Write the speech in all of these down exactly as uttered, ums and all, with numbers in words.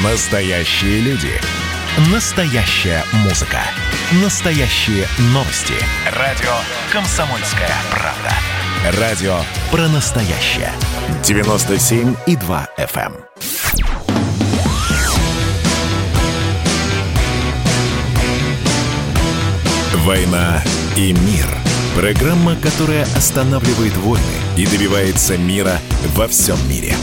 Настоящие люди. Настоящая музыка. Настоящие новости. Радио «Комсомольская правда». Радио про настоящее. девяносто семь и два эф эм. «Война и мир». Программа, которая останавливает войны и добивается мира во всем мире.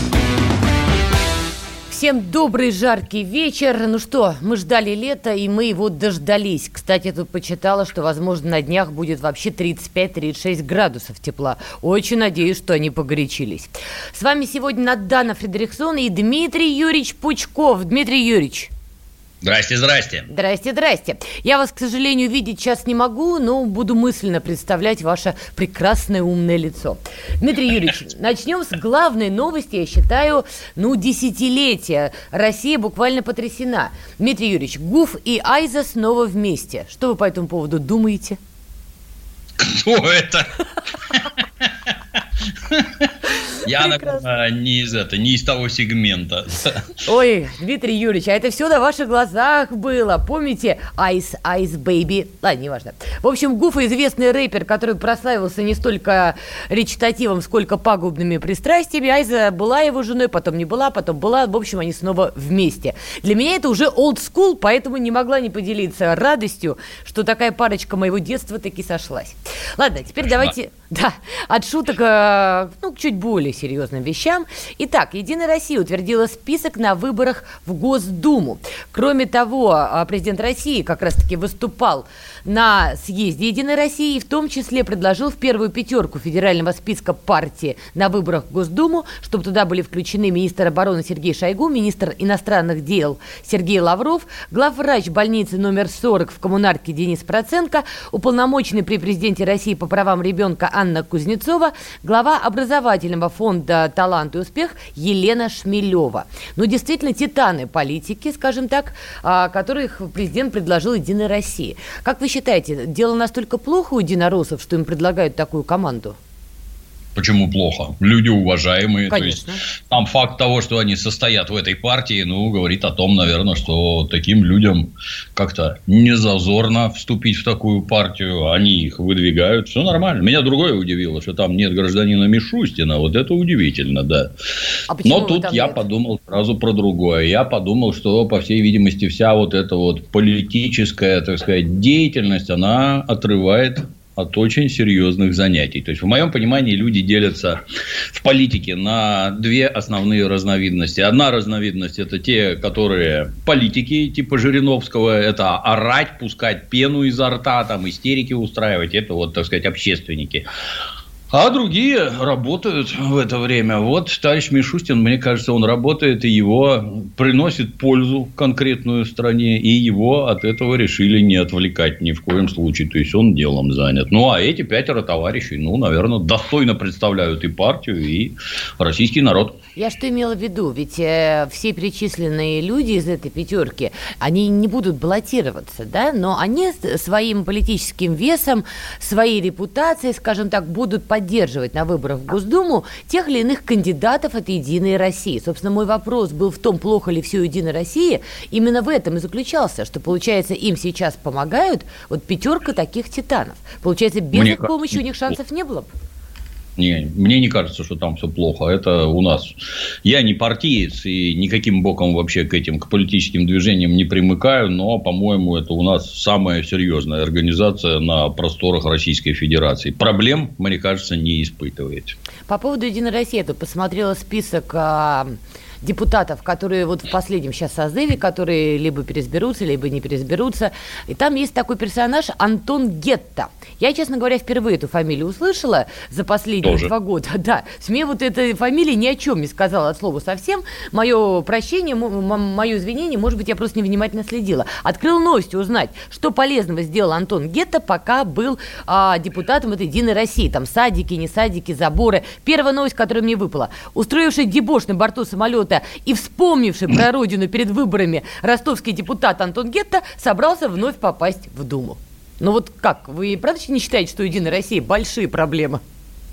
Всем добрый жаркий вечер. Ну что, мы ждали лета, и мы его дождались. Кстати, я тут почитала, что, возможно, на днях будет вообще тридцать пять - тридцать шесть градусов тепла. Очень надеюсь, что они погорячились. С вами сегодня Надана Фредериксон и Дмитрий Юрьевич Пучков. Дмитрий Юрьевич. Здрасте, здрасте. Здрасте, здрасте. Я вас, к сожалению, видеть сейчас не могу, но буду мысленно представлять ваше прекрасное умное лицо. Дмитрий Юрьевич, начнем с главной новости, я считаю, ну, десятилетия. Россия буквально потрясена. Дмитрий Юрьевич, ГУФ и Айза снова вместе. Что вы по этому поводу думаете? Кто это? Я, наверное, не из этого, не из того сегмента. Ой, Дмитрий Юрьевич, а это все на ваших глазах было. Помните? Ice, Ice Baby. Ладно, неважно. В общем, ГУФ — известный рэпер, который прославился не столько речитативом, сколько пагубными пристрастиями. Айза была его женой, потом не была, потом была. В общем, они снова вместе. Для меня это уже old school, поэтому не могла не поделиться радостью, что такая парочка моего детства таки сошлась. Ладно, теперь Пошла. давайте... Да, от шуток, ну, к чуть более серьезным вещам. Итак, «Единая Россия» утвердила список на выборах в Госдуму. Кроме того, президент России как раз-таки выступал на съезде «Единой России» и в том числе предложил в первую пятерку федерального списка партии на выборах в Госдуму, чтобы туда были включены министр обороны Сергей Шойгу, министр иностранных дел Сергей Лавров, главврач больницы номер сорок в Коммунарке Денис Проценко, уполномоченный при президенте России по правам ребенка Анна Кузнецова, глава образовательного фонда «Талант и успех» Елена Шмелева. Ну, действительно, титаны политики, скажем так, которых президент предложил «Единой России». Как вы считаете, дело настолько плохо у единороссов, что им предлагают такую команду? Почему плохо? Люди уважаемые. Конечно. То есть, там факт того, что они состоят в этой партии, ну, говорит о том, наверное, что таким людям как-то не зазорно вступить в такую партию. Они их выдвигают. Все нормально. Меня другое удивило, что там нет гражданина Мишустина. Вот это удивительно, да. А Но тут я нет? подумал сразу про другое. Я подумал, что, по всей видимости, вся вот эта вот политическая, так сказать, деятельность, она отрывает от очень серьезных занятий. То есть, в моем понимании, люди делятся в политике на две основные разновидности. Одна разновидность – это те, которые политики, типа Жириновского, это орать, пускать пену изо рта, там, истерики устраивать. Это, вот, так сказать, общественники. А другие работают в это время. Вот товарищ Мишустин, мне кажется, он работает, и его приносит пользу конкретную стране, и его от этого решили не отвлекать ни в коем случае. То есть, он делом занят. Ну, а эти пятеро товарищей, ну, наверное, достойно представляют и партию, и российский народ. Я что имела в виду? Ведь э, все перечисленные люди из этой пятерки, они не будут баллотироваться, да? Но они своим политическим весом, своей репутацией, скажем так, будут поддерживать на выборах в Госдуму тех или иных кандидатов от «Единой России». Собственно, мой вопрос был в том, плохо ли все «Единой России». Именно в этом и заключался, что, получается, им сейчас помогают вот пятерка таких титанов. Получается, без Мне их помощи у них шансов не было бы. Не, мне не кажется, что там все плохо. Это у нас. Я не партиец и никаким боком вообще к этим, к политическим движениям не примыкаю, но, по-моему, это у нас самая серьезная организация на просторах Российской Федерации. Проблем, мне кажется, не испытывает. По поводу «Единой России» я тут посмотрела список а, депутатов, которые вот в последнем сейчас созыве, которые либо переизберутся, либо не переизберутся. И там есть такой персонаж Антон Гетта. Я, честно говоря, впервые эту фамилию услышала за последние Тоже. два года. Да, мне вот эта фамилия ни о чем не сказала от слова совсем. Мое прощение, мое извинение, может быть, я просто невнимательно следила. Открыл новости узнать, что полезного сделал Антон Гетта, пока был а, депутатом этой «Единой России». Там садики, не садики, заборы. Первая новость, которая мне выпала. Устроивший дебош на борту самолета и вспомнивший про родину перед выборами ростовский депутат Антон Гетта собрался вновь попасть в Думу. Ну вот как, вы правда не считаете, что у «Единой России» большие проблемы?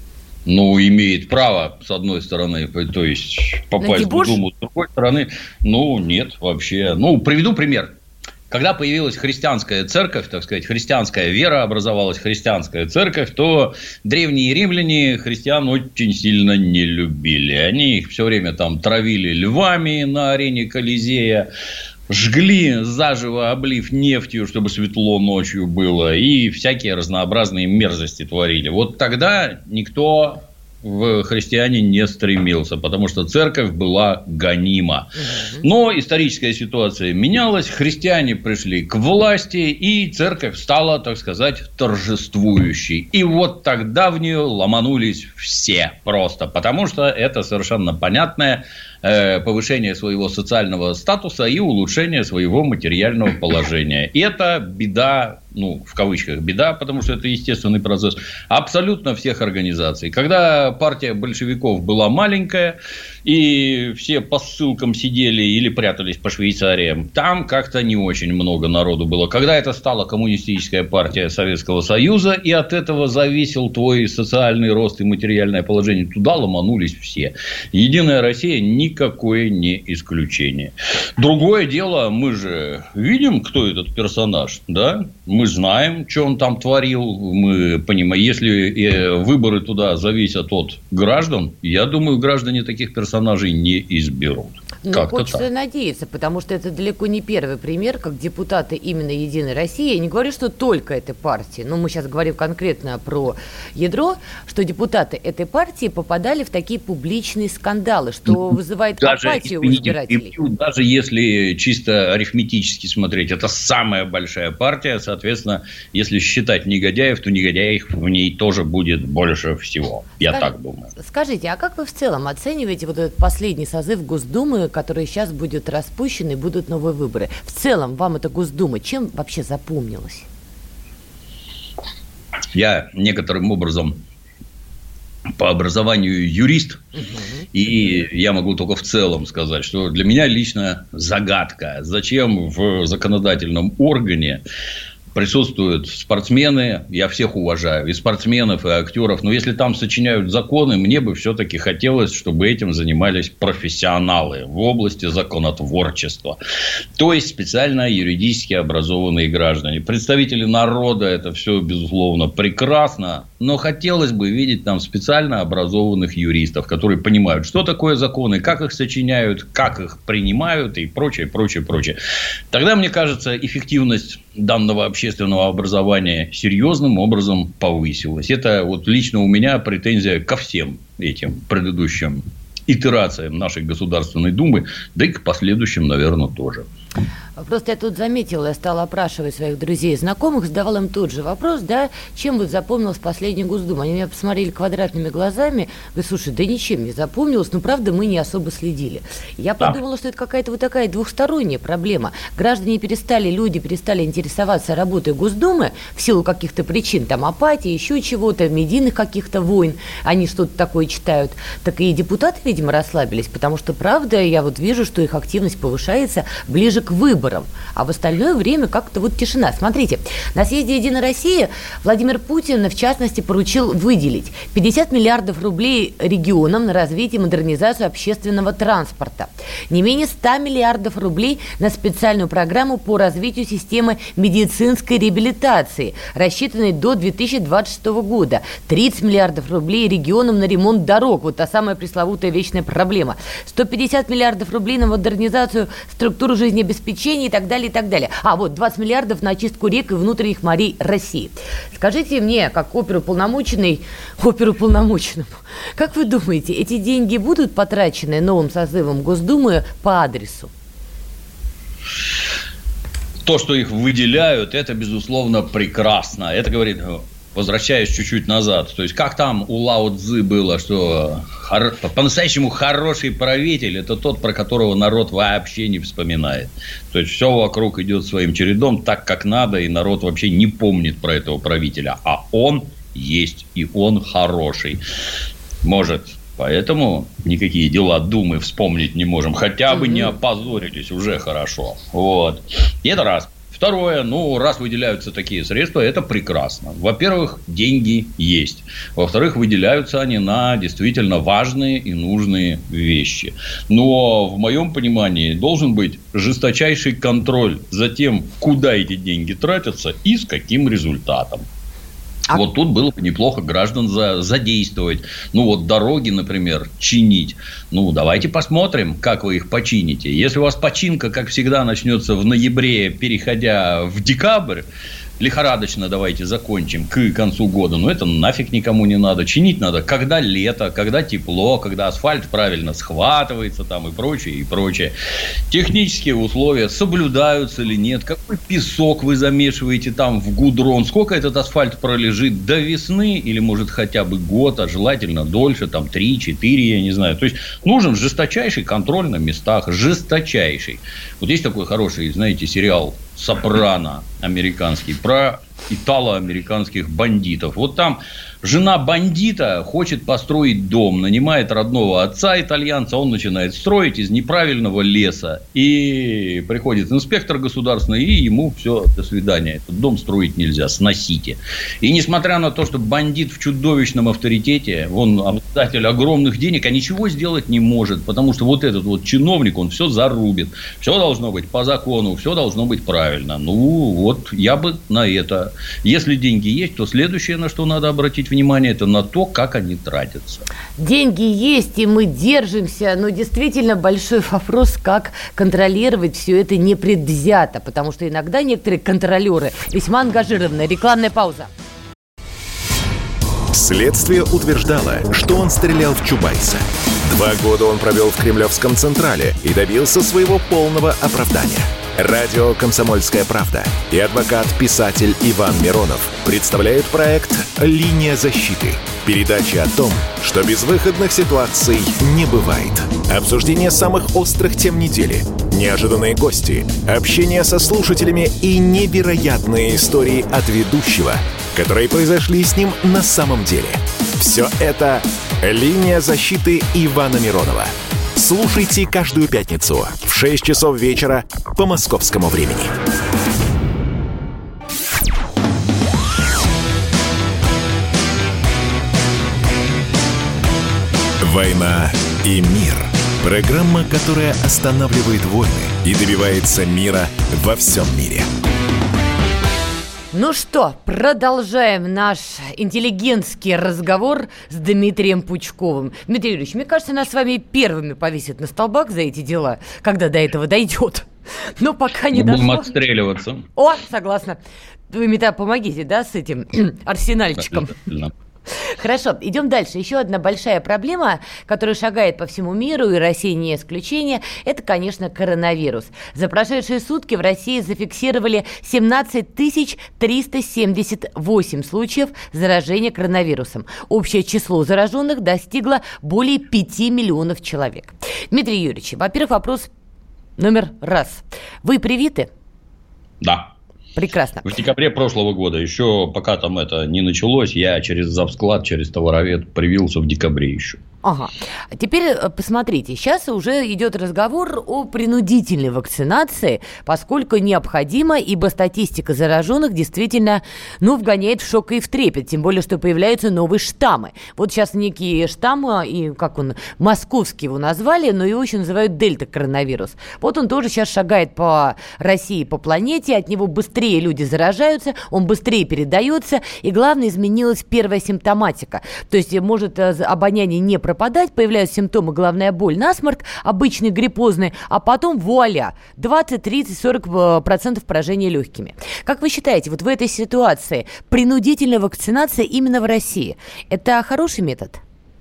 ну, имеет право, с одной стороны, то есть попасть в Думу, с другой стороны, ну, нет, вообще. Ну, приведу пример. Когда появилась христианская церковь, так сказать, христианская вера, образовалась христианская церковь, то древние римляне христиан очень сильно не любили. Они их все время там травили львами на арене Колизея, жгли заживо, облив нефтью, чтобы светло ночью было, и всякие разнообразные мерзости творили. Вот тогда никто в христиане не стремился, потому что церковь была гонима. Но историческая ситуация менялась, христиане пришли к власти, и церковь стала, так сказать, торжествующей. И вот тогда в нее ломанулись все просто, потому что это совершенно понятное повышение своего социального статуса и улучшение своего материального положения. И это беда, ну, в кавычках беда, потому что это естественный процесс, абсолютно всех организаций. Когда партия большевиков была маленькая, и все по ссылкам сидели или прятались по Швейцариям, там как-то не очень много народу было. Когда это стала коммунистическая партия Советского Союза, и от этого зависел твой социальный рост и материальное положение, туда ломанулись все. Единая Россия никакое не исключение. Другое дело, мы же видим, кто этот персонаж, да? Мы знаем, что он там творил, мы понимаем, если выборы туда зависят от граждан, я думаю, граждане таких персонажей не изберут. Ну, хочется так надеяться, потому что это далеко не первый пример, как депутаты именно Единой России, я не говорю, что только этой партии, но мы сейчас говорим конкретно про ядро, что депутаты этой партии попадали в такие публичные скандалы, что вызывает даже, апатию у избирателей. Даже если чисто арифметически смотреть, это самая большая партия, соответственно, если считать негодяев, то негодяев в ней тоже будет больше всего, я Скажи, так думаю. Скажите, а как вы в целом оцениваете вот этот последний созыв Госдумы, который сейчас будет распущен и будут новые выборы? В целом, вам эта Госдума чем вообще запомнилась? Я некоторым образом по образованию юрист, угу. И я могу только в целом сказать, что для меня лично загадка, зачем в законодательном органе присутствуют спортсмены, я всех уважаю, и спортсменов, и актеров, но если там сочиняют законы, мне бы все-таки хотелось, чтобы этим занимались профессионалы в области законотворчества, то есть специально юридически образованные граждане. Представители народа, это все, безусловно, прекрасно, но хотелось бы видеть там специально образованных юристов, которые понимают, что такое законы, как их сочиняют, как их принимают и прочее, прочее, прочее. Тогда, мне кажется, эффективность данного общественного образования серьезным образом повысилась. Это вот лично у меня претензия ко всем этим предыдущим итерациям нашей Государственной Думы, да и к последующим, наверное, тоже. Просто я тут заметила, я стала опрашивать своих друзей и знакомых, задавала им тот же вопрос, да, чем вот запомнилась последняя Госдума. Они меня посмотрели квадратными глазами, говорят, слушай, да ничем не запомнилось, но правда мы не особо следили. Я да. подумала, что это какая-то вот такая двухсторонняя проблема. Граждане перестали, люди перестали интересоваться работой Госдумы в силу каких-то причин, там апатии, еще чего-то, медийных каких-то войн, они что-то такое читают. Так и депутаты, видимо, расслабились, потому что, правда, я вот вижу, что их активность повышается ближе к выборам. А в остальное время как-то вот тишина. Смотрите, на съезде «Единой России» Владимир Путин, в частности, поручил выделить пятьдесят миллиардов рублей регионам на развитие и модернизацию общественного транспорта, не менее ста миллиардов рублей на специальную программу по развитию системы медицинской реабилитации, рассчитанной до две тысячи двадцать шестого года, тридцать миллиардов рублей регионам на ремонт дорог, вот та самая пресловутая вечная проблема, сто пятьдесят миллиардов рублей на модернизацию структуры жизнеобеспечения и так далее, и так далее. А вот двадцать миллиардов на очистку рек и внутренних морей России. Скажите мне, как оперуполномоченный, оперуполномоченному, как вы думаете, эти деньги будут потрачены новым созывом Госдумы по адресу? То, что их выделяют, это, безусловно, прекрасно. Это говорит... Возвращаясь чуть-чуть назад, то есть, как там у Лао Цзы было, что хор... по-настоящему хороший правитель – это тот, про которого народ вообще не вспоминает. То есть, все вокруг идет своим чередом так, как надо, и народ вообще не помнит про этого правителя. А он есть, и он хороший. Может, поэтому никакие дела Думы вспомнить не можем. Хотя бы не опозорились, уже хорошо. Вот. И это раз. Второе, ну, раз выделяются такие средства, это прекрасно. Во-первых, деньги есть. Во-вторых, выделяются они на действительно важные и нужные вещи. Но в моем понимании должен быть жесточайший контроль за тем, куда эти деньги тратятся и с каким результатом. А... Вот тут было бы неплохо граждан за, задействовать. Ну, вот дороги, например, чинить. Ну, давайте посмотрим, как вы их почините. Если у вас починка, как всегда, начнется в ноябре, переходя в декабрь, лихорадочно давайте закончим к концу года. Но это нафиг никому не надо. Чинить надо, когда лето, когда тепло, когда асфальт правильно схватывается там и прочее, и прочее. Технические условия соблюдаются или нет. Какой песок вы замешиваете там в гудрон. Сколько этот асфальт пролежит до весны или может хотя бы год, а желательно дольше, там три-четыре, я не знаю. То есть нужен жесточайший контроль на местах. Жесточайший. Вот есть такой хороший, знаете, сериал «Сопрано» американский про итало-американских бандитов. Вот там жена бандита хочет построить дом, нанимает родного отца итальянца, он начинает строить из неправильного леса. И приходит инспектор государственный, и ему все, до свидания. Этот дом строить нельзя, сносите. И несмотря на то, что бандит в чудовищном авторитете, он обладатель огромных денег, а ничего сделать не может, потому что вот этот вот чиновник, он все зарубит. Все должно быть по закону, все должно быть правильно. Ну, вот я бы на это. Если деньги есть, то следующее, на что надо обратить внимание, это на то, как они тратятся. Деньги есть, и мы держимся, но действительно большой вопрос, как контролировать все это непредвзято, потому что иногда некоторые контролеры весьма ангажированы. Рекламная пауза. Следствие утверждало, что он стрелял в Чубайса. Два года он провел в Кремлевском Централе и добился своего полного оправдания. Радио «Комсомольская правда» и адвокат-писатель Иван Миронов представляют проект «Линия защиты». Передача о том, что безвыходных ситуаций не бывает. Обсуждение самых острых тем недели, неожиданные гости, общение со слушателями и невероятные истории от ведущего, которые произошли с ним на самом деле. Все это «Линия защиты» Ивана Миронова. Слушайте каждую пятницу в шесть часов вечера по московскому времени. «Война и мир» – программа, которая останавливает войны и добивается мира во всем мире. Ну что, продолжаем наш интеллигентский разговор с Дмитрием Пучковым. Дмитрий Юрьевич, мне кажется, нас с вами первыми повесят на столбах за эти дела, когда до этого дойдет. Но пока не дошло. Будем отстреливаться. О, согласна. Вы мне помогите, да, с этим арсенальчиком? Хорошо, идем дальше. Еще одна большая проблема, которая шагает по всему миру, и Россия не исключение, это, конечно, коронавирус. За прошедшие сутки в России зафиксировали семнадцать тысяч триста семьдесят восемь случаев заражения коронавирусом. Общее число зараженных достигло более пяти миллионов человек. Дмитрий Юрьевич, во-первых, вопрос номер раз. Вы привиты? Да. Прекрасно. В декабре прошлого года, еще пока там это не началось, я через завсклад, через товаровед привился в декабре еще. Ага. Теперь посмотрите, сейчас уже идет разговор о принудительной вакцинации, поскольку необходимо, ибо статистика зараженных действительно, ну, вгоняет в шок и в трепет, тем более, что появляются новые штаммы. Вот сейчас некий штамм, и как он, московский его назвали, но его еще называют дельта-коронавирус. Вот он тоже сейчас шагает по России, по планете, от него быстрее люди заражаются, он быстрее передается, и главное, изменилась первая симптоматика. То есть может обоняние не пропадать, пропадать, появляются симптомы, головная боль, насморк, обычный гриппозный, а потом вуаля, двадцать, тридцать, сорок процентов поражения легкими. Как вы считаете, вот в этой ситуации принудительная вакцинация именно в России – это хороший метод?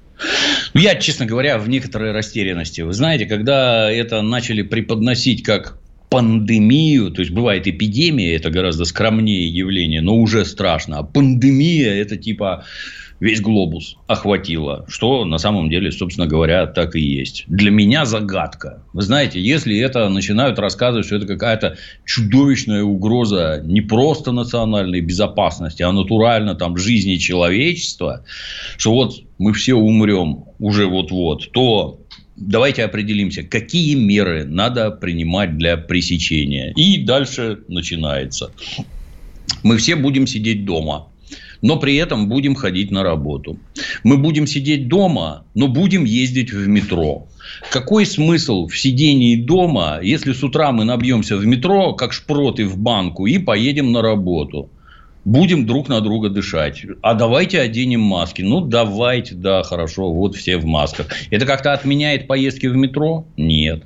Я, честно говоря, в некоторой растерянности. Вы знаете, когда это начали преподносить как пандемию, то есть бывает эпидемия, это гораздо скромнее явление, но уже страшно, а пандемия – это типа весь глобус охватило, что на самом деле, собственно говоря, так и есть. Для меня загадка. Вы знаете, если это начинают рассказывать, что это какая-то чудовищная угроза не просто национальной безопасности, а натурально там жизни человечества, что вот мы все умрем уже вот-вот, то давайте определимся, какие меры надо принимать для пресечения. И дальше начинается. Мы все будем сидеть дома, но при этом будем ходить на работу. Мы будем сидеть дома, но будем ездить в метро. Какой смысл в сидении дома, если с утра мы набьемся в метро, как шпроты в банку, и поедем на работу? Будем друг на друга дышать. А давайте оденем маски. Ну, давайте, да, хорошо, вот все в масках. Это как-то отменяет поездки в метро? Нет.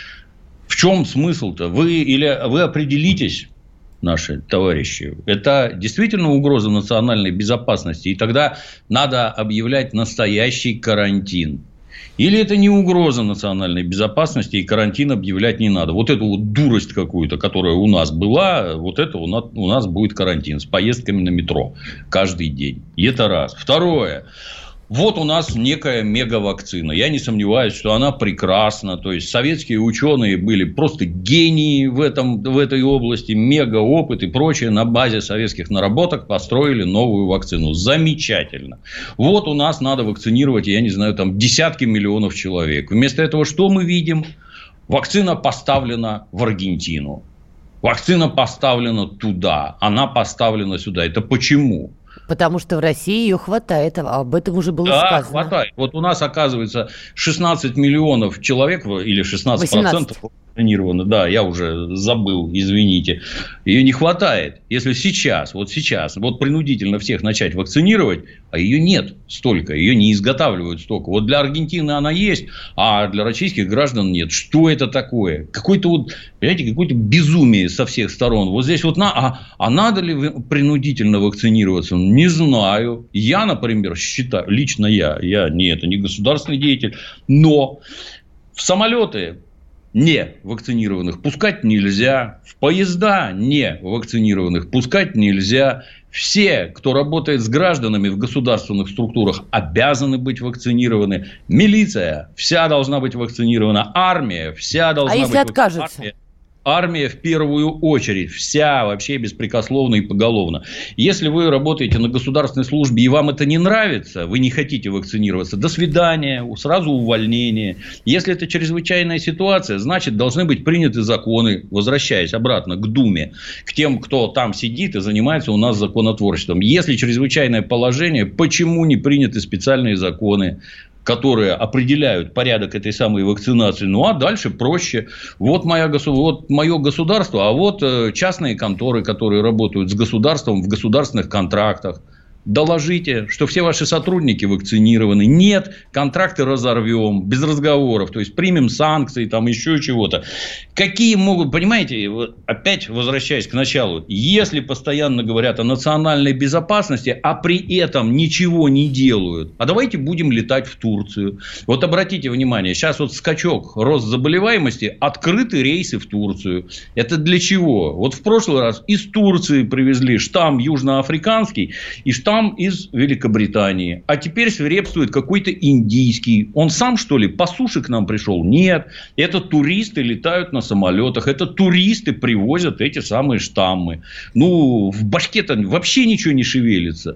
В чем смысл-то? Вы, или вы определитесь, наши товарищи, это действительно угроза национальной безопасности, и тогда надо объявлять настоящий карантин. Или это не угроза национальной безопасности, и карантин объявлять не надо. Вот эту вот дурость какую-то, которая у нас была, вот это у нас, у нас будет карантин с поездками на метро каждый день. И это раз. Второе. Вот у нас некая мегавакцина. Я не сомневаюсь, что она прекрасна. То есть, советские ученые были просто гении в, этом, в этой области. Мегаопыт и прочее. На базе советских наработок построили новую вакцину. Замечательно. Вот у нас надо вакцинировать, я не знаю, там десятки миллионов человек. Вместо этого что мы видим? Вакцина поставлена в Аргентину. Вакцина поставлена туда. Она поставлена сюда. Это почему? Потому что в России ее хватает, а об этом уже было да, сказано. Хватает. Вот у нас, оказывается, шестнадцать миллионов человек, или шестнадцать процентов вакцинировано. Да, я уже забыл, извините. Ее не хватает. Если сейчас, вот сейчас, вот принудительно всех начать вакцинировать, а ее нет столько, ее не изготавливают столько. Вот для Аргентины она есть, а для российских граждан нет. Что это такое? Какое-то вот, понимаете, какое-то безумие со всех сторон. Вот здесь вот, на, а, а надо ли принудительно вакцинироваться? Не знаю. Я, например, считаю, лично я, я не, это не государственный деятель, но в самолеты не вакцинированных пускать нельзя, в поезда не вакцинированных пускать нельзя. Все, кто работает с гражданами в государственных структурах, обязаны быть вакцинированы. Милиция вся должна быть вакцинирована. Армия вся должна быть вакцинирована. А если быть откажется? Армия, армия в первую очередь. Вся вообще беспрекословно и поголовно. Если вы работаете на государственной службе и вам это не нравится, вы не хотите вакцинироваться, до свидания, сразу увольнение. Если это чрезвычайная ситуация, значит, должны быть приняты законы, возвращаясь обратно к Думе, к тем, кто там сидит и занимается у нас законотворчеством. Если чрезвычайное положение, почему не приняты специальные законы, которые определяют порядок этой самой вакцинации? Ну, а дальше проще. Вот, моя, вот мое государство, а вот частные конторы, которые работают с государством в государственных контрактах. Доложите, что все ваши сотрудники вакцинированы. Нет, контракты разорвем, без разговоров. То есть, примем санкции, там еще чего-то. Какие могут, понимаете, вот опять возвращаясь к началу, если постоянно говорят о национальной безопасности, а при этом ничего не делают, а давайте будем летать в Турцию. Вот обратите внимание, сейчас вот скачок, рост заболеваемости, открыты рейсы в Турцию. Это для чего? Вот в прошлый раз из Турции привезли штамм южноафриканский и штамм из Великобритании. А теперь свирепствует какой-то индийский. Он сам, что ли, по суше к нам пришел? Нет. Это туристы летают на самолетах. Это туристы привозят эти самые штаммы. Ну, в башке-то вообще ничего не шевелится.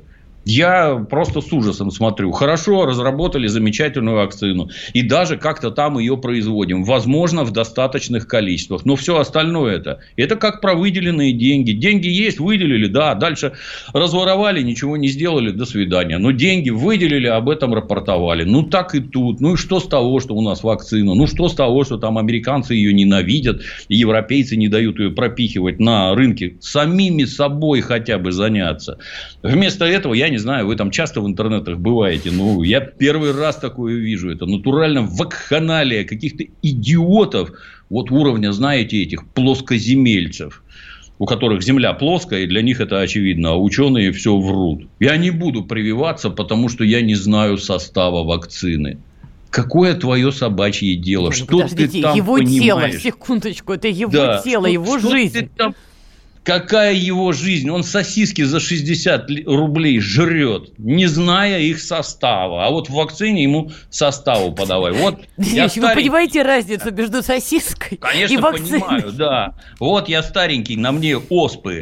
Я просто с ужасом смотрю. Хорошо, разработали замечательную вакцину. И даже как-то там ее производим. Возможно, в достаточных количествах. Но все остальное это. Это как про выделенные деньги. Деньги есть, выделили, да. Дальше разворовали, ничего не сделали, до свидания. Но деньги выделили, об этом рапортовали. Ну, так и тут. Ну, и что с того, что у нас вакцина? Ну, что с того, что там американцы ее ненавидят, и европейцы не дают ее пропихивать на рынке? Самими собой хотя бы заняться. Вместо этого, я не Не знаю, вы там часто в интернетах бываете, ну, я первый раз такое вижу. Это натурально вакханалия каких-то идиотов вот уровня, знаете, этих плоскоземельцев, у которых земля плоская, и для них это очевидно, а ученые все врут. Я не буду прививаться, потому что я не знаю состава вакцины. Какое твое собачье дело? Ну, что подождите, ты там его понимаешь? тело, секундочку, это его да. тело, что, его что жизнь. Ты там... Какая его жизнь? Он сосиски за шестьдесят рублей жрет, не зная их состава. А вот в вакцине ему составу подавай. Вот я старенький... Вы понимаете разницу между сосиской Конечно, и вакциной? Конечно, понимаю, да. Вот я старенький, на мне оспы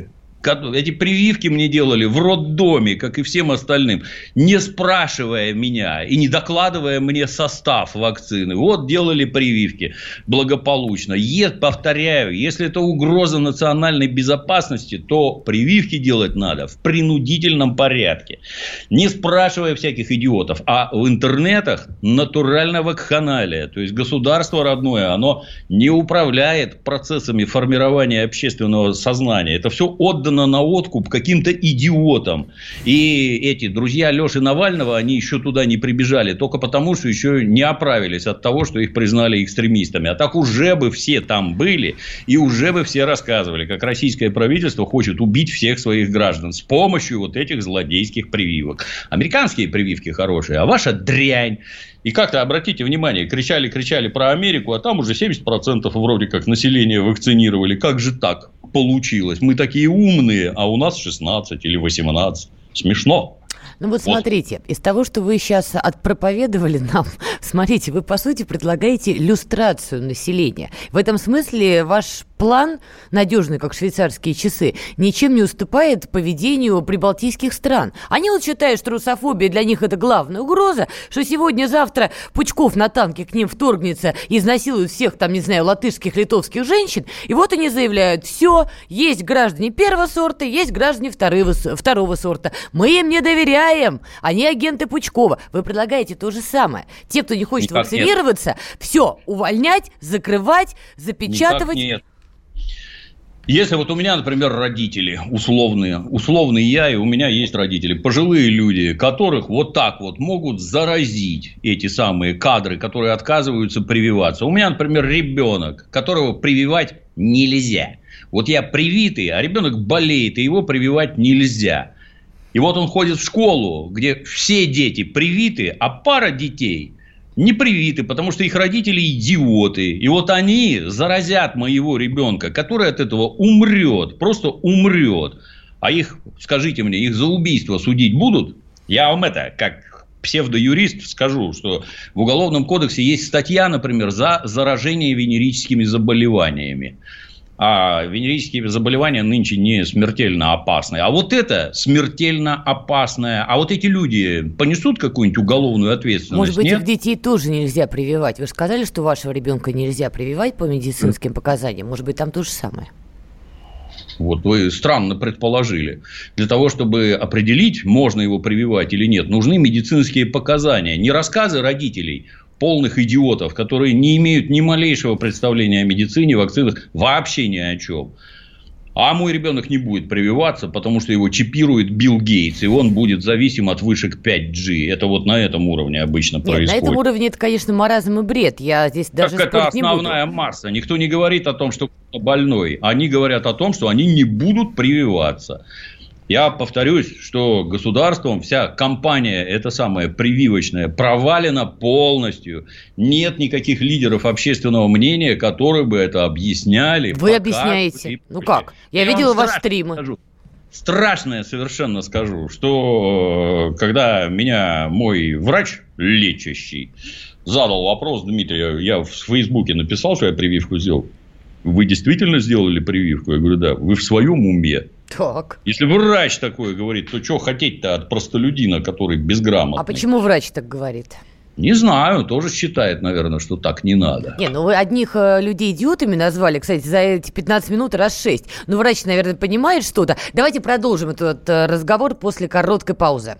Эти прививки мне делали в роддоме, как и всем остальным, не спрашивая меня и не докладывая мне состав вакцины. Вот делали прививки благополучно. Е, повторяю, если это угроза национальной безопасности, то прививки делать надо в принудительном порядке. Не спрашивая всяких идиотов. А в интернетах натуральная вакханалия. То есть государство родное, оно не управляет процессами формирования общественного сознания. Это все отдано на откуп каким-то идиотам. И эти друзья Леши Навального, они еще туда не прибежали только потому, что еще не оправились от того, что их признали экстремистами. А так уже бы все там были и уже бы все рассказывали, как российское правительство хочет убить всех своих граждан с помощью вот этих злодейских прививок. Американские прививки хорошие, а ваша дрянь. И как-то, обратите внимание, кричали-кричали про Америку, а там уже семьдесят процентов вроде как населения вакцинировали. Как же так получилось? Мы такие умные, а у нас шестнадцать или восемнадцать. Смешно. Ну вот, вот смотрите, из того, что вы сейчас отпроповедовали нам, смотрите, вы по сути предлагаете люстрацию населения. В этом смысле ваш план, надежный, как швейцарские часы, ничем не уступает поведению прибалтийских стран. Они вот считают, что русофобия для них это главная угроза, что сегодня-завтра Пучков на танке к ним вторгнется и изнасилует всех, там, не знаю, латышских, литовских женщин. И вот они заявляют, все, есть граждане первого сорта, есть граждане второго, второго сорта. Мы им не доверяем. Они агенты Пучкова. Вы предлагаете то же самое. Те, кто не хочет Никак вакцинироваться, нет. Все, увольнять, закрывать, запечатывать. Никак нет. Если вот у меня, например, родители условные, условный я, и у меня есть родители, пожилые люди, которых вот так вот могут заразить эти самые кадры, которые отказываются прививаться. У меня, например, ребенок, которого прививать нельзя. Вот я привитый, а ребенок болеет, и его прививать нельзя. И вот он ходит в школу, где все дети привиты, а пара детей не привиты, потому что их родители идиоты. И вот они заразят моего ребенка, который от этого умрет, просто умрет. А их, скажите мне, их за убийство судить будут? Я вам это, как псевдоюрист, скажу, что в Уголовном кодексе есть статья, например, за заражение венерическими заболеваниями. А венерические заболевания нынче не смертельно опасные. А вот это смертельно опасное. А вот эти люди понесут какую-нибудь уголовную ответственность? Может быть, нет? их детей тоже нельзя прививать. Вы же сказали, что вашего ребенка нельзя прививать по медицинским показаниям. Может быть, там то же самое? Вот вы странно предположили. Для того, чтобы определить, можно его прививать или нет, нужны медицинские показания. Не рассказы родителей, полных идиотов, которые не имеют ни малейшего представления о медицине, вакцинах, вообще ни о чем. А мой ребенок не будет прививаться, потому что его чипирует Билл Гейтс, и он будет зависим от вышек пять джи. Это вот на этом уровне обычно Нет, происходит. На этом уровне это, конечно, маразм и бред. Я здесь даже так это основная масса. Никто не говорит о том, что кто-то больной. Они говорят о том, что они не будут прививаться. Я повторюсь, что государством вся кампания, эта самая прививочная, провалена полностью. Нет никаких лидеров общественного мнения, которые бы это объясняли. Вы объясняете? Ну как? Я, Я видела ваши стримы. Скажу. Страшное совершенно скажу, что когда меня мой врач лечащий задал вопрос, Дмитрий, я в Фейсбуке написал, что я прививку сделал. Вы действительно сделали прививку? Я говорю, да. Вы в своем уме? Так. Если врач такое говорит, то что хотеть-то от простолюдина, который безграмотный? А почему врач так говорит? Не знаю, тоже считает, наверное, что так не надо. Не, ну вы одних э, людей идиотами назвали, кстати, за эти пятнадцать минут раз шесть. Ну, врач, наверное, понимает что-то. Давайте продолжим этот э, разговор после короткой паузы.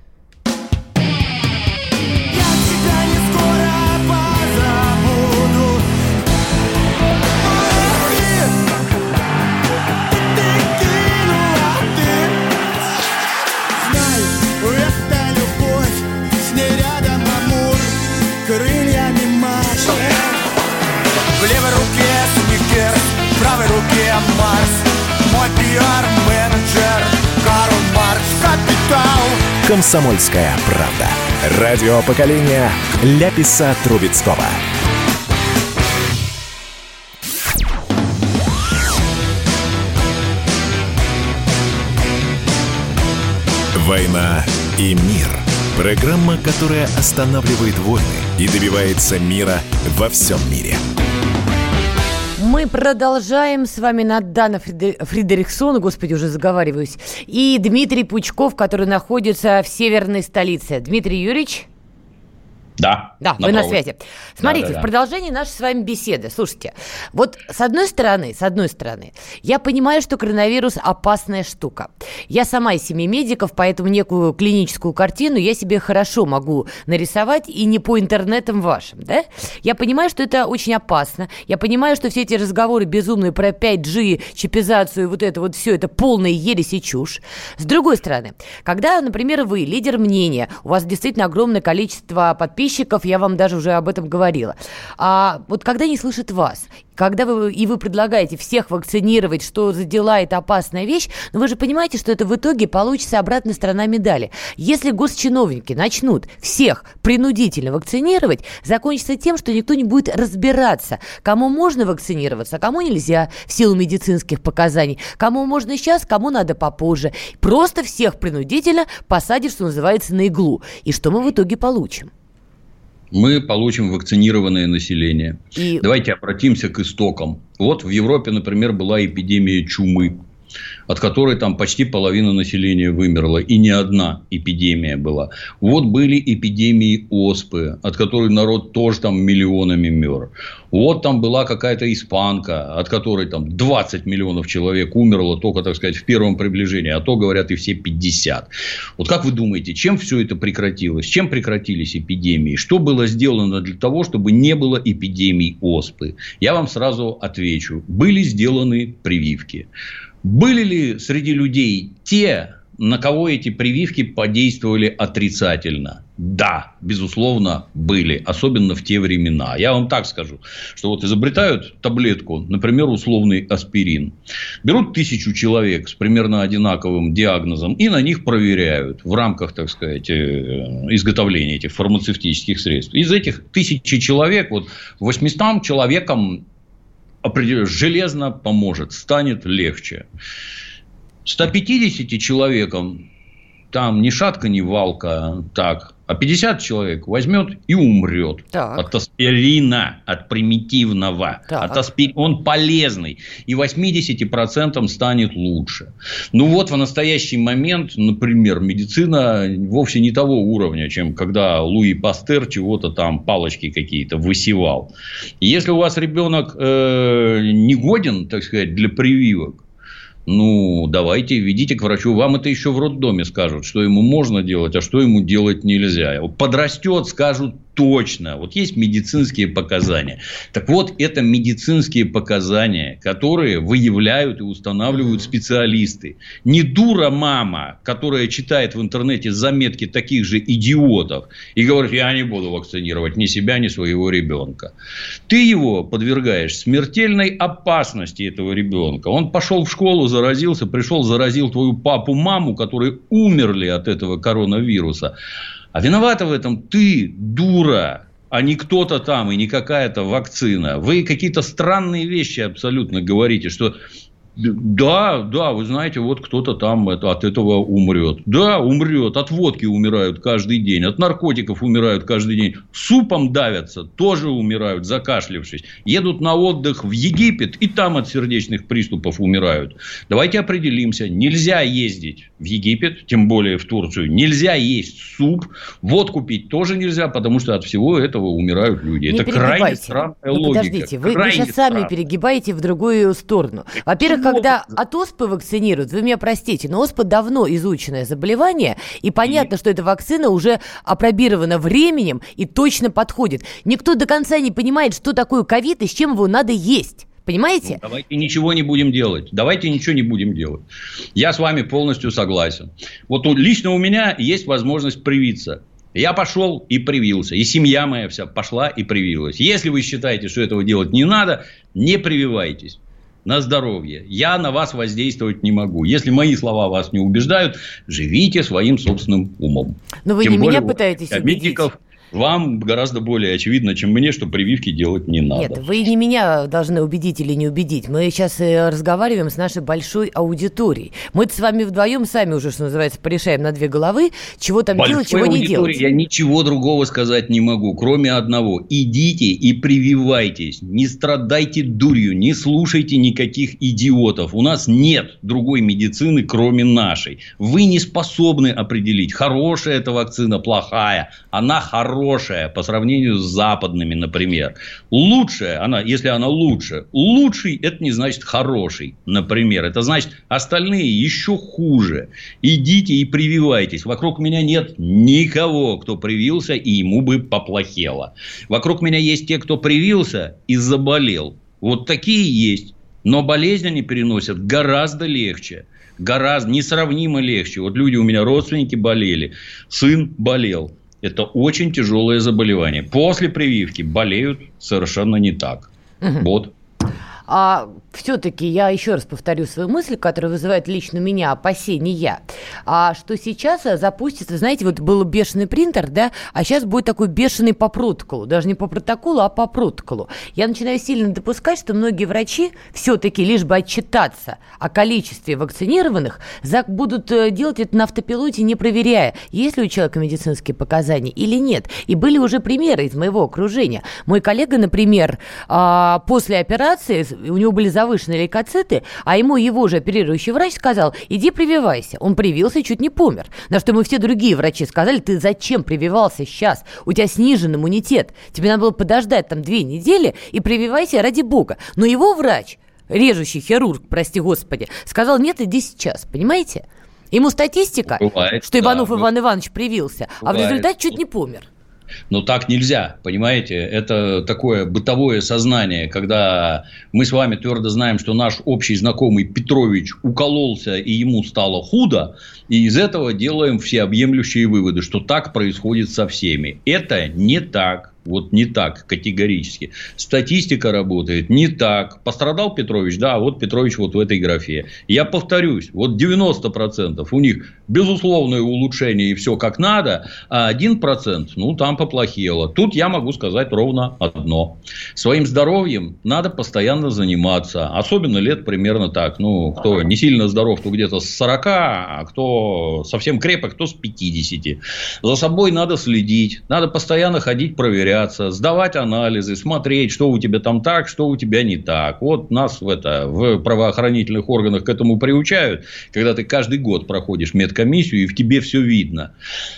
В правой руке Марс, мой пиар-менеджер Карл Маркс, капитал. «Комсомольская правда». Радио поколения Ляписа Трубецкого. «Война и мир». Программа, которая останавливает войны и добивается мира во всем мире. Мы продолжаем. С вами Надана Фридрихсон, господи, уже заговариваюсь, и Дмитрий Пучков, который находится в северной столице. Дмитрий Юрьевич? Да. Да, вы на связи. Смотрите, да, да, да. В продолжении нашей с вами беседы, слушайте, вот с одной стороны, с одной стороны, я понимаю, что коронавирус опасная штука. Я сама из семьи медиков, поэтому некую клиническую картину я себе хорошо могу нарисовать, и не по интернетам вашим, да? Я понимаю, что это очень опасно. Я понимаю, что все эти разговоры безумные про пять джи, чипизацию, вот это вот все, это полная ересь и чушь. С другой стороны, когда, например, вы лидер мнения, у вас действительно огромное количество подписчиков, я вам даже уже об этом говорила. А вот когда не слышат вас, когда вы, и вы предлагаете всех вакцинировать, что за дела это опасная вещь, но вы же понимаете, что это в итоге получится обратная сторона медали. Если госчиновники начнут всех принудительно вакцинировать, закончится тем, что никто не будет разбираться, кому можно вакцинироваться, а кому нельзя в силу медицинских показаний, кому можно сейчас, кому надо попозже. Просто всех принудительно посадишь, что называется, на иглу. И что мы в итоге получим? Мы получим вакцинированное население. И... Давайте обратимся к истокам. Вот в Европе, например, была эпидемия чумы, от которой там почти половина населения вымерла. И не одна эпидемия была. Вот были эпидемии оспы, от которой народ тоже там миллионами мер. Вот там была какая-то испанка, от которой там двадцать миллионов человек умерло только, так сказать, в первом приближении. А то, говорят, и все пятьдесят. Вот как вы думаете, чем все это прекратилось? Чем прекратились эпидемии? Что было сделано для того, чтобы не было эпидемий оспы? Я вам сразу отвечу. Были сделаны прививки. Были ли среди людей те, на кого эти прививки подействовали отрицательно? Да, безусловно, были. Особенно в те времена. Я вам так скажу, что вот изобретают таблетку, например, условный аспирин. Берут тысячу человек с примерно одинаковым диагнозом и на них проверяют в рамках, так сказать, изготовления этих фармацевтических средств. Из этих тысячи человек, вот восьмистам человекам определенно железно поможет, станет легче. ста пятидесяти человекам там ни шатка, ни валка, так, а пятьдесят человек возьмет и умрет так. От аспирина, от примитивного. От аспир... Он полезный. И восьмидесяти процентам станет лучше. Ну вот в настоящий момент, например, медицина вовсе не того уровня, чем когда Луи Пастер чего-то там, палочки какие-то высевал. Если у вас ребенок э, не годен, так сказать, для прививок, ну, давайте, ведите к врачу. Вам это еще в роддоме скажут, что ему можно делать, а что ему делать нельзя. Подрастет, скажут точно. Вот есть медицинские показания. Так вот, это медицинские показания, которые выявляют и устанавливают специалисты. Не дура мама, которая читает в интернете заметки таких же идиотов и говорит, я не буду вакцинировать ни себя, ни своего ребенка. Ты его подвергаешь смертельной опасности, этого ребенка. Он пошел в школу, заразился, пришел, заразил твою папу, маму, которые умерли от этого коронавируса. А виновата в этом ты, дура, а не кто-то там и не какая-то вакцина. Вы какие-то странные вещи абсолютно говорите, что да, да, вы знаете, вот кто-то там это, от этого умрет. Да, умрет. От водки умирают каждый день. От наркотиков умирают каждый день. Супом давятся, тоже умирают, закашлявшись. Едут на отдых в Египет, и там от сердечных приступов умирают. Давайте определимся. Нельзя ездить в Египет, тем более в Турцию. Нельзя есть суп. Водку пить тоже нельзя, потому что от всего этого умирают люди. Не это крайне странная ну, логика. Подождите, вы, вы сейчас сами странно. перегибаете в другую сторону. Во-первых, когда от оспы вакцинируют, вы меня простите, но оспа давно изученное заболевание, и понятно, что эта вакцина уже апробирована временем и точно подходит. Никто до конца не понимает, что такое ковид и с чем его надо есть. Понимаете? Ну, давайте ничего не будем делать. Давайте ничего не будем делать. Я с вами полностью согласен. Вот лично у меня есть возможность привиться. Я пошел и привился. И семья моя вся пошла и привилась. Если вы считаете, что этого делать не надо, не прививайтесь. На здоровье. Я на вас воздействовать не могу. Если мои слова вас не убеждают, живите своим собственным умом. Но вы Тем не более, меня пытаетесь убедить. Вам гораздо более очевидно, чем мне, что прививки делать не надо. Нет, вы не меня должны убедить или не убедить. Мы сейчас разговариваем с нашей большой аудиторией. Мы с вами вдвоем сами уже, что называется, порешаем на две головы, чего там большой делать, чего не делать. Я ничего другого сказать не могу, кроме одного. Идите и прививайтесь. Не страдайте дурью, не слушайте никаких идиотов. У нас нет другой медицины, кроме нашей. Вы не способны определить, хорошая эта вакцина, плохая. Она хорошая. Хорошая по сравнению с западными, например. Лучшая, она, если она лучше, лучший, это не значит хороший, например. Это значит, остальные еще хуже. Идите и прививайтесь. Вокруг меня нет никого, кто привился, и ему бы поплохело. Вокруг меня есть те, кто привился и заболел. Вот такие есть. Но болезнь они переносят гораздо легче. Гораздо, несравнимо легче. Вот люди у меня, родственники болели, сын болел. Это очень тяжелое заболевание. После прививки болеют совершенно не так. Угу. Вот. А все-таки я еще раз повторю свою мысль, которая вызывает лично у меня опасения, а что сейчас запустится, знаете, вот был бешеный принтер, да, а сейчас будет такой бешеный по протоколу, даже не по протоколу, а по протоколу. Я начинаю сильно допускать, что многие врачи все-таки лишь бы отчитаться о количестве вакцинированных, будут делать это на автопилоте, не проверяя, есть ли у человека медицинские показания или нет. И были уже примеры из моего окружения. Мой коллега, например, после операции у него были завышенные лейкоциты, а ему его же оперирующий врач сказал: иди прививайся. Он привился и чуть не помер. На что ему все другие врачи сказали: ты зачем прививался сейчас? У тебя снижен иммунитет. Тебе надо было подождать там две недели и прививайся ради бога. Но его врач, режущий хирург, прости господи, сказал: нет, иди сейчас. Понимаете? Ему статистика, бывает, что Иванов да, Иван Иванович привился, бывает. А в результате чуть не помер. Но так нельзя, понимаете, это такое бытовое сознание, когда мы с вами твердо знаем, что наш общий знакомый Петрович укололся и ему стало худо, и из этого делаем всеобъемлющие выводы, что так происходит со всеми. Это не так. Вот не так категорически. Статистика работает не так. Пострадал Петрович, да, вот Петрович вот в этой графе. Я повторюсь, вот девяносто процентов у них безусловное улучшение и все как надо, а один процент, ну, там поплохело. Тут я могу сказать ровно одно. Своим здоровьем надо постоянно заниматься. Особенно лет примерно так. Ну, кто не сильно здоров, то где-то с сорока, а кто совсем крепок, то с пятидесяти. За собой надо следить. Надо постоянно ходить проверять. Сдавать анализы, смотреть, что у тебя там так, что у тебя не так. Вот нас в, это, в правоохранительных органах к этому приучают, когда ты каждый год проходишь медкомиссию, и в тебе все видно.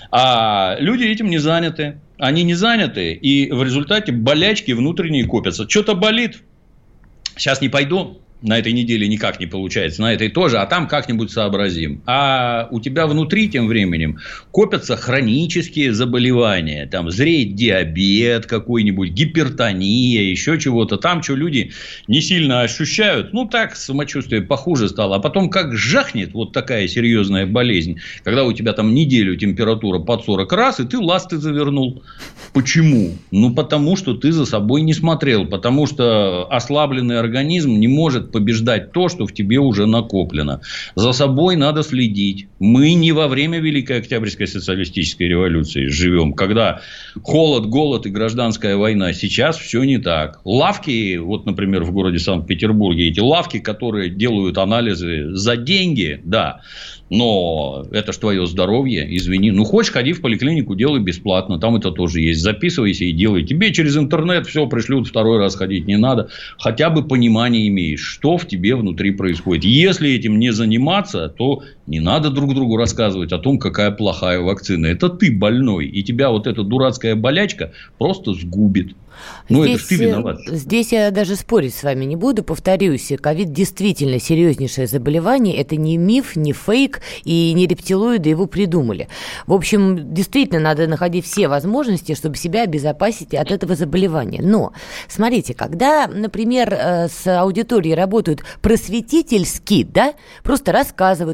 А люди этим не заняты. Они не заняты, и в результате болячки внутренние копятся. Что-то болит. Сейчас не пойду. На этой неделе никак не получается, на этой тоже, а там как-нибудь сообразим. А у тебя внутри тем временем копятся хронические заболевания. Там зреет диабет какой-нибудь, гипертония, еще чего-то. Там, что люди не сильно ощущают, ну так, самочувствие похуже стало. А потом как жахнет вот такая серьезная болезнь, когда у тебя там неделю температура под сорок раз, и ты ласты завернул. Почему? Ну, потому что ты за собой не смотрел. Потому что ослабленный организм не может побеждать то, что в тебе уже накоплено. За собой надо следить. Мы не во время Великой Октябрьской социалистической революции живем, когда холод, голод и гражданская война. Сейчас все не так. Лавки, вот, например, в городе Санкт-Петербурге, эти лавки, которые делают анализы за деньги, да, но это ж твое здоровье, извини. Ну, хочешь, ходи в поликлинику, делай бесплатно. Там это тоже есть. Записывайся и делай. Тебе через интернет все пришлют, второй раз ходить не надо. Хотя бы понимание имеешь, что в тебе внутри происходит. Если этим не заниматься, то не надо друг другу рассказывать о том, какая плохая вакцина. Это ты больной. И тебя вот эта дурацкая болячка просто сгубит. Ну, здесь, это ж ты виноват. Здесь я даже спорить с вами не буду. Повторюсь, ковид действительно серьезнейшее заболевание. Это не миф, не фейк и не рептилоиды его придумали. В общем, действительно надо находить все возможности, чтобы себя обезопасить от этого заболевания. Но, смотрите, когда, например, с аудиторией работают просветительски, да, просто рассказывают, объясняют,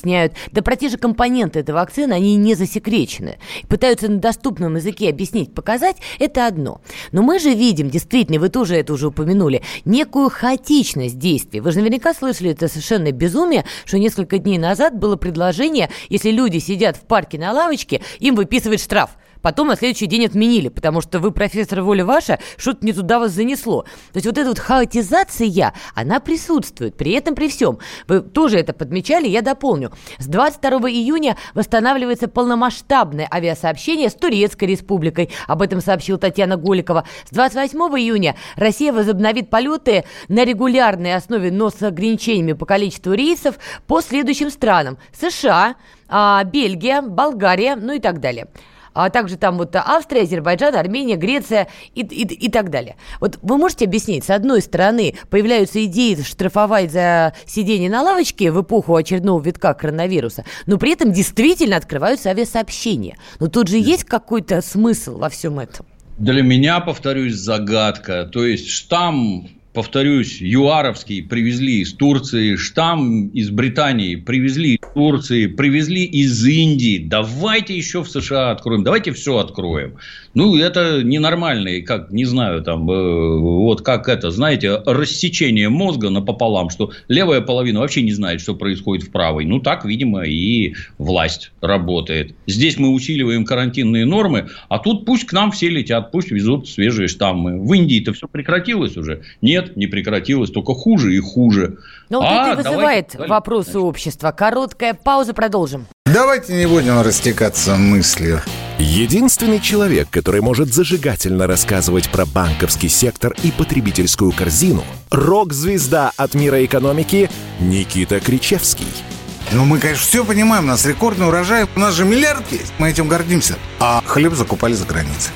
объясняют. Да про те же компоненты этой вакцины, они не засекречены. Пытаются на доступном языке объяснить, показать, это одно. Но мы же видим, действительно, вы тоже это уже упомянули, некую хаотичность действий. Вы же наверняка слышали это совершенное безумие, что несколько дней назад было предложение, если люди сидят в парке на лавочке, им выписывать штраф. Потом на следующий день отменили, потому что вы, профессор, воля ваша, что-то не туда вас занесло. То есть вот эта вот хаотизация, она присутствует. При этом, при всем, вы тоже это подмечали, я дополню. С двадцать второго июня восстанавливается полномасштабное авиасообщение с Турецкой республикой. Об этом сообщила Татьяна Голикова. С двадцать восьмого июня Россия возобновит полеты на регулярной основе, но с ограничениями по количеству рейсов по следующим странам. США, Бельгия, Болгария, ну и так далее. А также там вот Австрия, Азербайджан, Армения, Греция и, и, и так далее. Вот вы можете объяснить, с одной стороны, появляются идеи штрафовать за сидение на лавочке в эпоху очередного витка коронавируса, но при этом действительно открываются авиасообщения. Но тут же есть какой-то смысл во всем этом? Для меня, повторюсь, загадка. То есть штамм, повторюсь, юаровский привезли из Турции, штамм из Британии привезли из Турции, привезли из Индии. Давайте еще в США откроем, давайте все откроем. Ну, это ненормально, как, не знаю, там, э, вот как это, знаете, рассечение мозга напополам, что левая половина вообще не знает, что происходит в правой. Ну, так, видимо, и власть работает. Здесь мы усиливаем карантинные нормы, а тут пусть к нам все летят, пусть везут свежие штаммы. В Индии-то все прекратилось уже? Нет, не прекратилось, только хуже и хуже. Но а, вот это и вызывает вопросы значит. общества. Короткая пауза, продолжим. Давайте не будем растекаться мыслью. Единственный человек, который может зажигательно рассказывать про банковский сектор и потребительскую корзину, рок-звезда от мира экономики Никита Кричевский. Ну, мы, конечно, все понимаем, у нас рекордный урожай, у нас же миллиард есть, мы этим гордимся. А хлеб закупали за границей.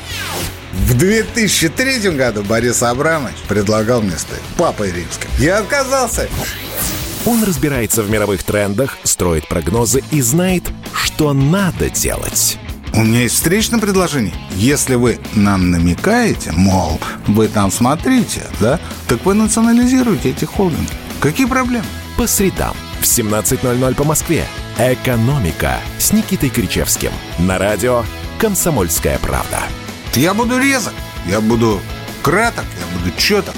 В две тысячи третьем году Борис Абрамович предлагал мне стать папой римским. Я отказался. Он разбирается в мировых трендах, строит прогнозы и знает, что надо делать. У меня есть встречное предложение. Если вы нам намекаете, мол, вы там смотрите, да, так вы национализируете эти холдинги. Какие проблемы? По средам в семнадцать ноль ноль по Москве. «Экономика» с Никитой Кричевским. На радио «Комсомольская правда». Я буду резок, я буду краток, я буду чёток.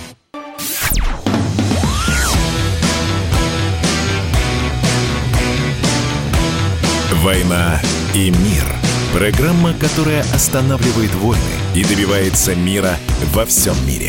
«Война и мир». Программа, которая останавливает войны и добивается мира во всем мире.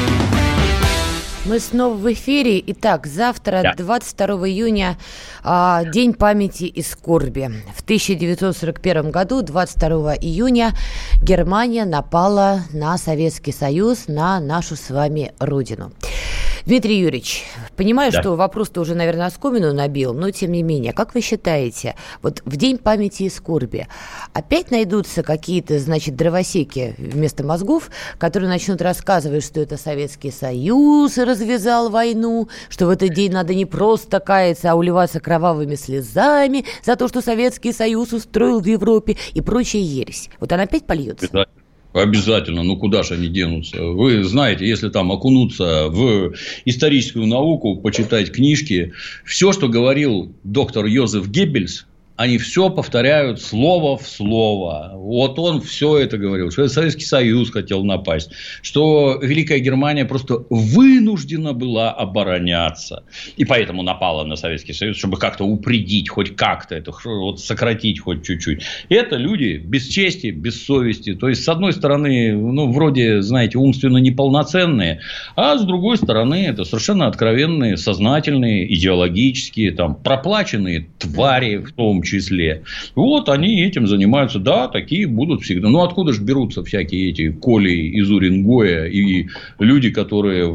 Мы снова в эфире. Итак, завтра, да. двадцать второго июня, а, День памяти и скорби. В тысяча девятьсот сорок первом году, двадцать второго июня, Германия напала на Советский Союз, на нашу с вами родину. Дмитрий Юрьевич, понимаю, да. что вопрос-то уже, наверное, оскомину набил, но тем не менее, как вы считаете, вот в День памяти и скорби опять найдутся какие-то, значит, дровосеки вместо мозгов, которые начнут рассказывать, что это Советский Союз развязал войну, что в этот день надо не просто каяться, а уливаться кровавыми слезами за то, что Советский Союз устроил в Европе и прочая ересь. Вот она опять польется? Да. Обязательно, ну куда же они денутся? Вы знаете, если там окунуться в историческую науку, почитать книжки, все, что говорил доктор Йозеф Геббельс, они все повторяют слово в слово. Вот он все это говорил, что Советский Союз хотел напасть, что Великая Германия просто вынуждена была обороняться. И поэтому напала на Советский Союз, чтобы как-то упредить, хоть как-то это, вот сократить хоть чуть-чуть. Это люди без чести, без совести. То есть, с одной стороны, ну, вроде, знаете, умственно неполноценные, а с другой стороны, это совершенно откровенные, сознательные, идеологические, там, проплаченные твари в том числе. Вот они этим занимаются. Да, такие будут всегда. Ну, откуда же берутся всякие эти Коли из Уренгоя и люди, которые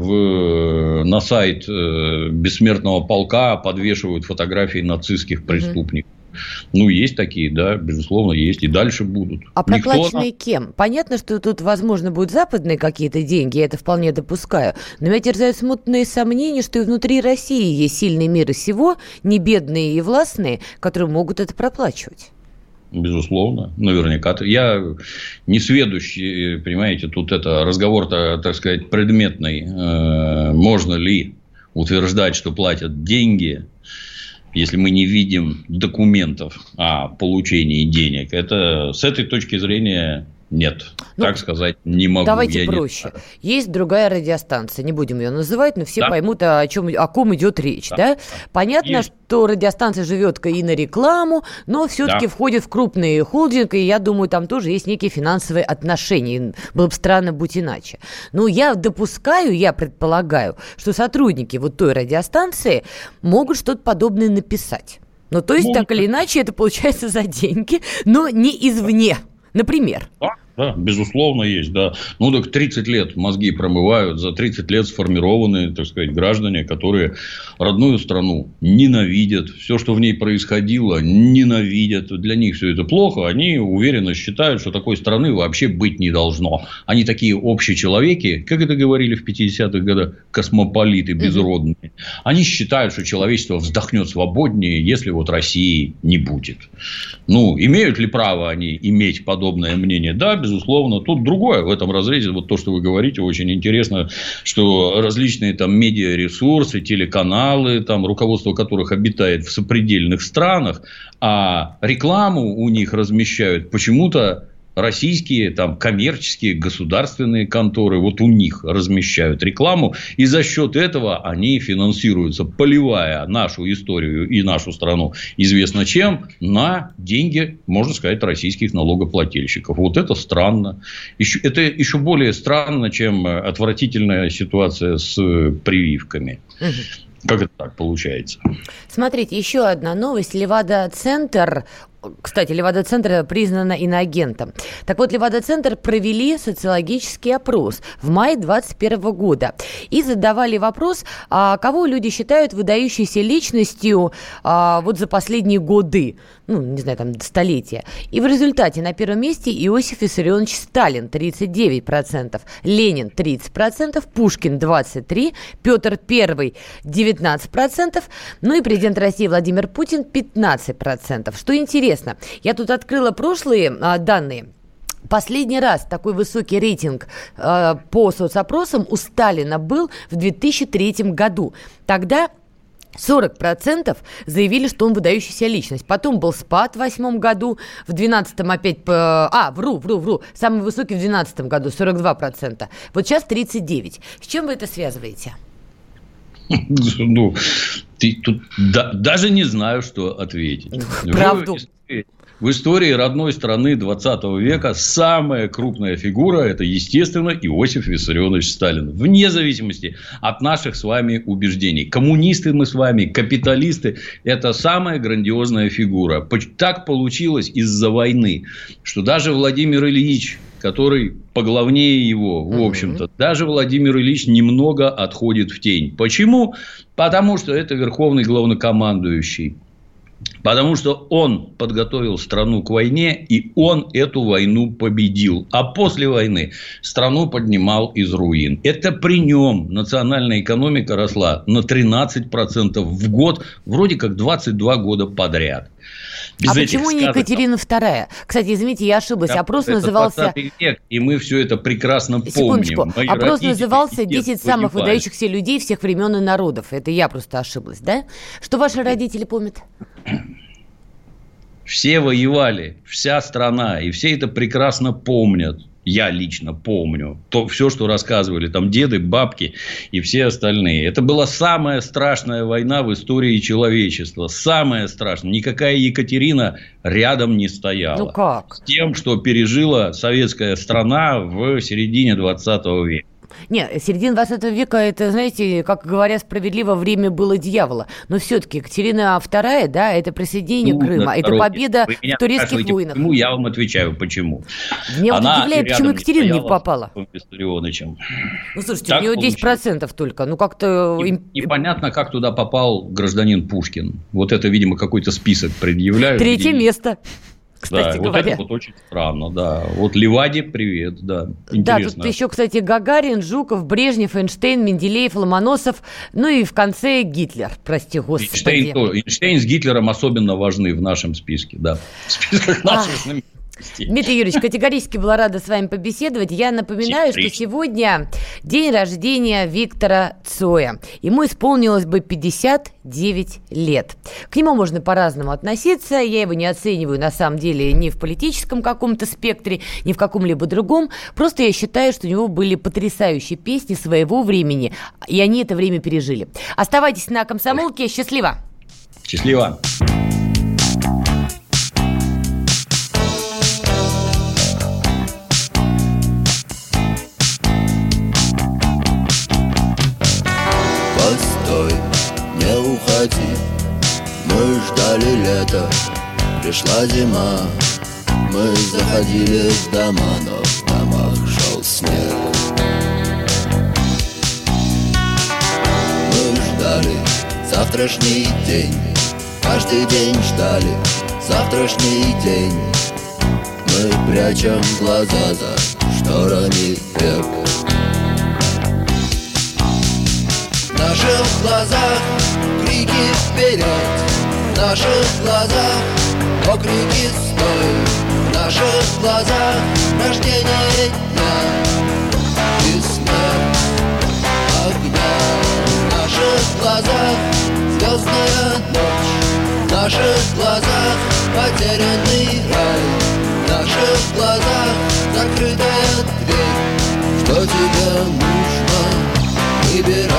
в, на сайт Бессмертного полка подвешивают фотографии нацистских преступников. Mm-hmm. Ну, есть такие, да, безусловно, есть. И дальше будут. А проплаченные Никто... кем? Понятно, что тут, возможно, будут западные какие-то деньги, я это вполне допускаю. Но меня терзают смутные сомнения, что и внутри России есть сильные миры сего, не бедные и властные, которые могут это проплачивать. Безусловно, наверняка. Я не сведущий, понимаете, тут это разговор-то, так сказать, предметный. Можно ли утверждать, что платят деньги? если мы не видим документов о получении денег, это с этой точки зрения нет. Ну, так сказать не могу. Давайте Я проще. Не... Есть другая радиостанция, не будем ее называть, но все да. поймут, о, чем, о ком идет речь. Да? Да? Понятно, Есть. что радиостанция живет и на рекламу, но все-таки да. входит в крупный холдинг, и я думаю, там тоже есть некие финансовые отношения. Было бы странно, будь иначе. Но я допускаю, я предполагаю, что сотрудники вот той радиостанции могут что-то подобное написать. Ну, то есть, могут. Так или иначе, это получается за деньги, но не извне. Например. Да, да, безусловно, есть, да. Ну, так тридцать лет мозги промывают, за тридцать лет сформированы, так сказать, граждане, которые родную страну ненавидят, все, что в ней происходило, ненавидят. Для них все это плохо, они уверенно считают, что такой страны вообще быть не должно. Они такие общечеловеки, как это говорили в пятидесятых годах, космополиты безродные. Mm-hmm. Они считают, что человечество вздохнет свободнее, если вот России не будет. Ну, имеют ли право они иметь подобное мнение? Да, безусловно. Тут другое в этом разрезе. Вот то, что вы говорите, очень интересно, что различные там медиаресурсы, телеканалы, там, руководство которых обитает в сопредельных странах, а рекламу у них размещают почему-то российские там коммерческие государственные конторы, вот у них размещают рекламу, и за счет этого они финансируются, поливая нашу историю и нашу страну известно чем, на деньги, можно сказать, российских налогоплательщиков. Вот это странно. Еще, это еще более странно, чем отвратительная ситуация с прививками. Как это так получается? Смотрите, еще одна новость. Левада-центр, кстати, Левада-центр признана иноагентом. Так вот, Левада-центр провели социологический опрос в мае двадцать первого года. И задавали вопрос, а кого люди считают выдающейся личностью а, вот за последние годы, ну, не знаю, там, столетия. И в результате на первом месте Иосиф Виссарионович Сталин тридцать девять процентов, Ленин тридцать процентов, Пушкин двадцать три процента, Петр Первый девятнадцать процентов, ну и президент России Владимир Путин пятнадцать процентов. Что интересно, я тут открыла прошлые а, данные. Последний раз такой высокий рейтинг э, по соцопросам у Сталина был в две тысячи третьем году. Тогда сорок процентов заявили, что он выдающаяся личность. Потом был спад в восьмом году, в двенадцатом опять... По... А, вру, вру, вру. Самый высокий в двенадцатом году, сорок два процента. Вот сейчас тридцать девять процентов. С чем вы это связываете? Ну, ты тут да, даже не знаю, что ответить. Правду. В истории родной страны двадцатого века самая крупная фигура – это, естественно, Иосиф Виссарионович Сталин. Вне зависимости от наших с вами убеждений. Коммунисты мы с вами, капиталисты – это самая грандиозная фигура. Так получилось из-за войны, что даже Владимир Ильич, который поглавнее его, в общем-то, mm-hmm. даже Владимир Ильич немного отходит в тень. Почему? Потому что это верховный главнокомандующий. Потому что он подготовил страну к войне, и он эту войну победил. А после войны страну поднимал из руин. Это при нем национальная экономика росла на тринадцать процентов в год, вроде как двадцать два года подряд. Без а почему не Екатерина вторая? Кстати, извините, я ошиблась. Да, опрос назывался... двадцатый век, и мы все это прекрасно Секундочку. помним. Мои опрос назывался «десять самых выдающихся людей всех времен и народов». Это я просто ошиблась, да? Что ваши родители помнят? Все воевали, вся страна, и все это прекрасно помнят. Я лично помню то, все, что рассказывали там деды, бабки и все остальные. Это была самая страшная война в истории человечества. Самая страшная. Никакая Екатерина рядом не стояла. Ну как? С тем, что пережила советская страна в середине двадцатого века. Нет, середина двадцатого века, это, знаете, как говорят справедливо, время было дьявола. Но все-таки Екатерина вторая, да, это присоединение ну, Крыма, это победа в турецких войнах. Почему? Я вам отвечаю, почему. Меня вот удивляет, почему Екатерина не попала. Ну, слушайте, так у нее десять процентов только, ну как-то... Непонятно, как туда попал гражданин Пушкин. Вот это, видимо, какой-то список предъявляют. Третье место. Кстати да, говоря. Вот это вот очень странно, да. Вот Леваде привет, да. Интересно. Да, тут еще, кстати, Гагарин, Жуков, Брежнев, Эйнштейн, Менделеев, Ломоносов, ну и в конце Гитлер, прости господи. Эйнштейн, Эйнштейн с Гитлером особенно важны в нашем списке, да. В списках наших знаменитых. Дмитрий Юрьевич, категорически была рада с вами побеседовать. Я напоминаю, что сегодня день рождения Виктора Цоя. Ему исполнилось бы пятьдесят девять лет. К нему можно по-разному относиться. Я его не оцениваю, на самом деле, ни в политическом каком-то спектре, ни в каком-либо другом. Просто я считаю, что у него были потрясающие песни своего времени, и они это время пережили. Оставайтесь на «Комсомолке». Счастливо! Счастливо! Постой, не уходи, мы ждали лета, пришла зима. Мы заходили в дома, но в домах шел снег. Мы ждали завтрашний день, каждый день ждали завтрашний день. Мы прячем глаза за шторами век. В наших глазах крики вперед, в наших глазах окрики стой, в наших глазах рождение дня и смерть огня. В наших глазах звездная ночь, в наших глазах потерянный рай, в наших глазах закрытая дверь. Что тебе нужно, выбирай.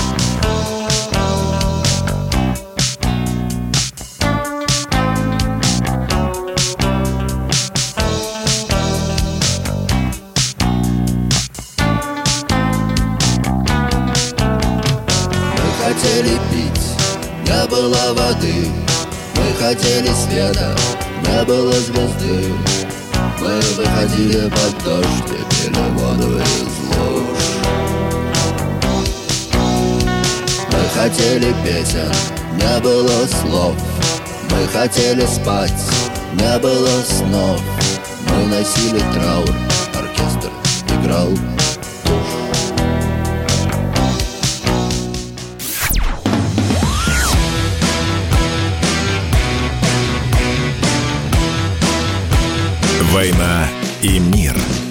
Хотели пить, не было воды. Мы хотели света, не было звезды. Мы выходили под дождь и пили воду из луж. Мы хотели песен, не было слов. Мы хотели спать, не было снов. Мы носили траур, оркестр играл. «Война и мир».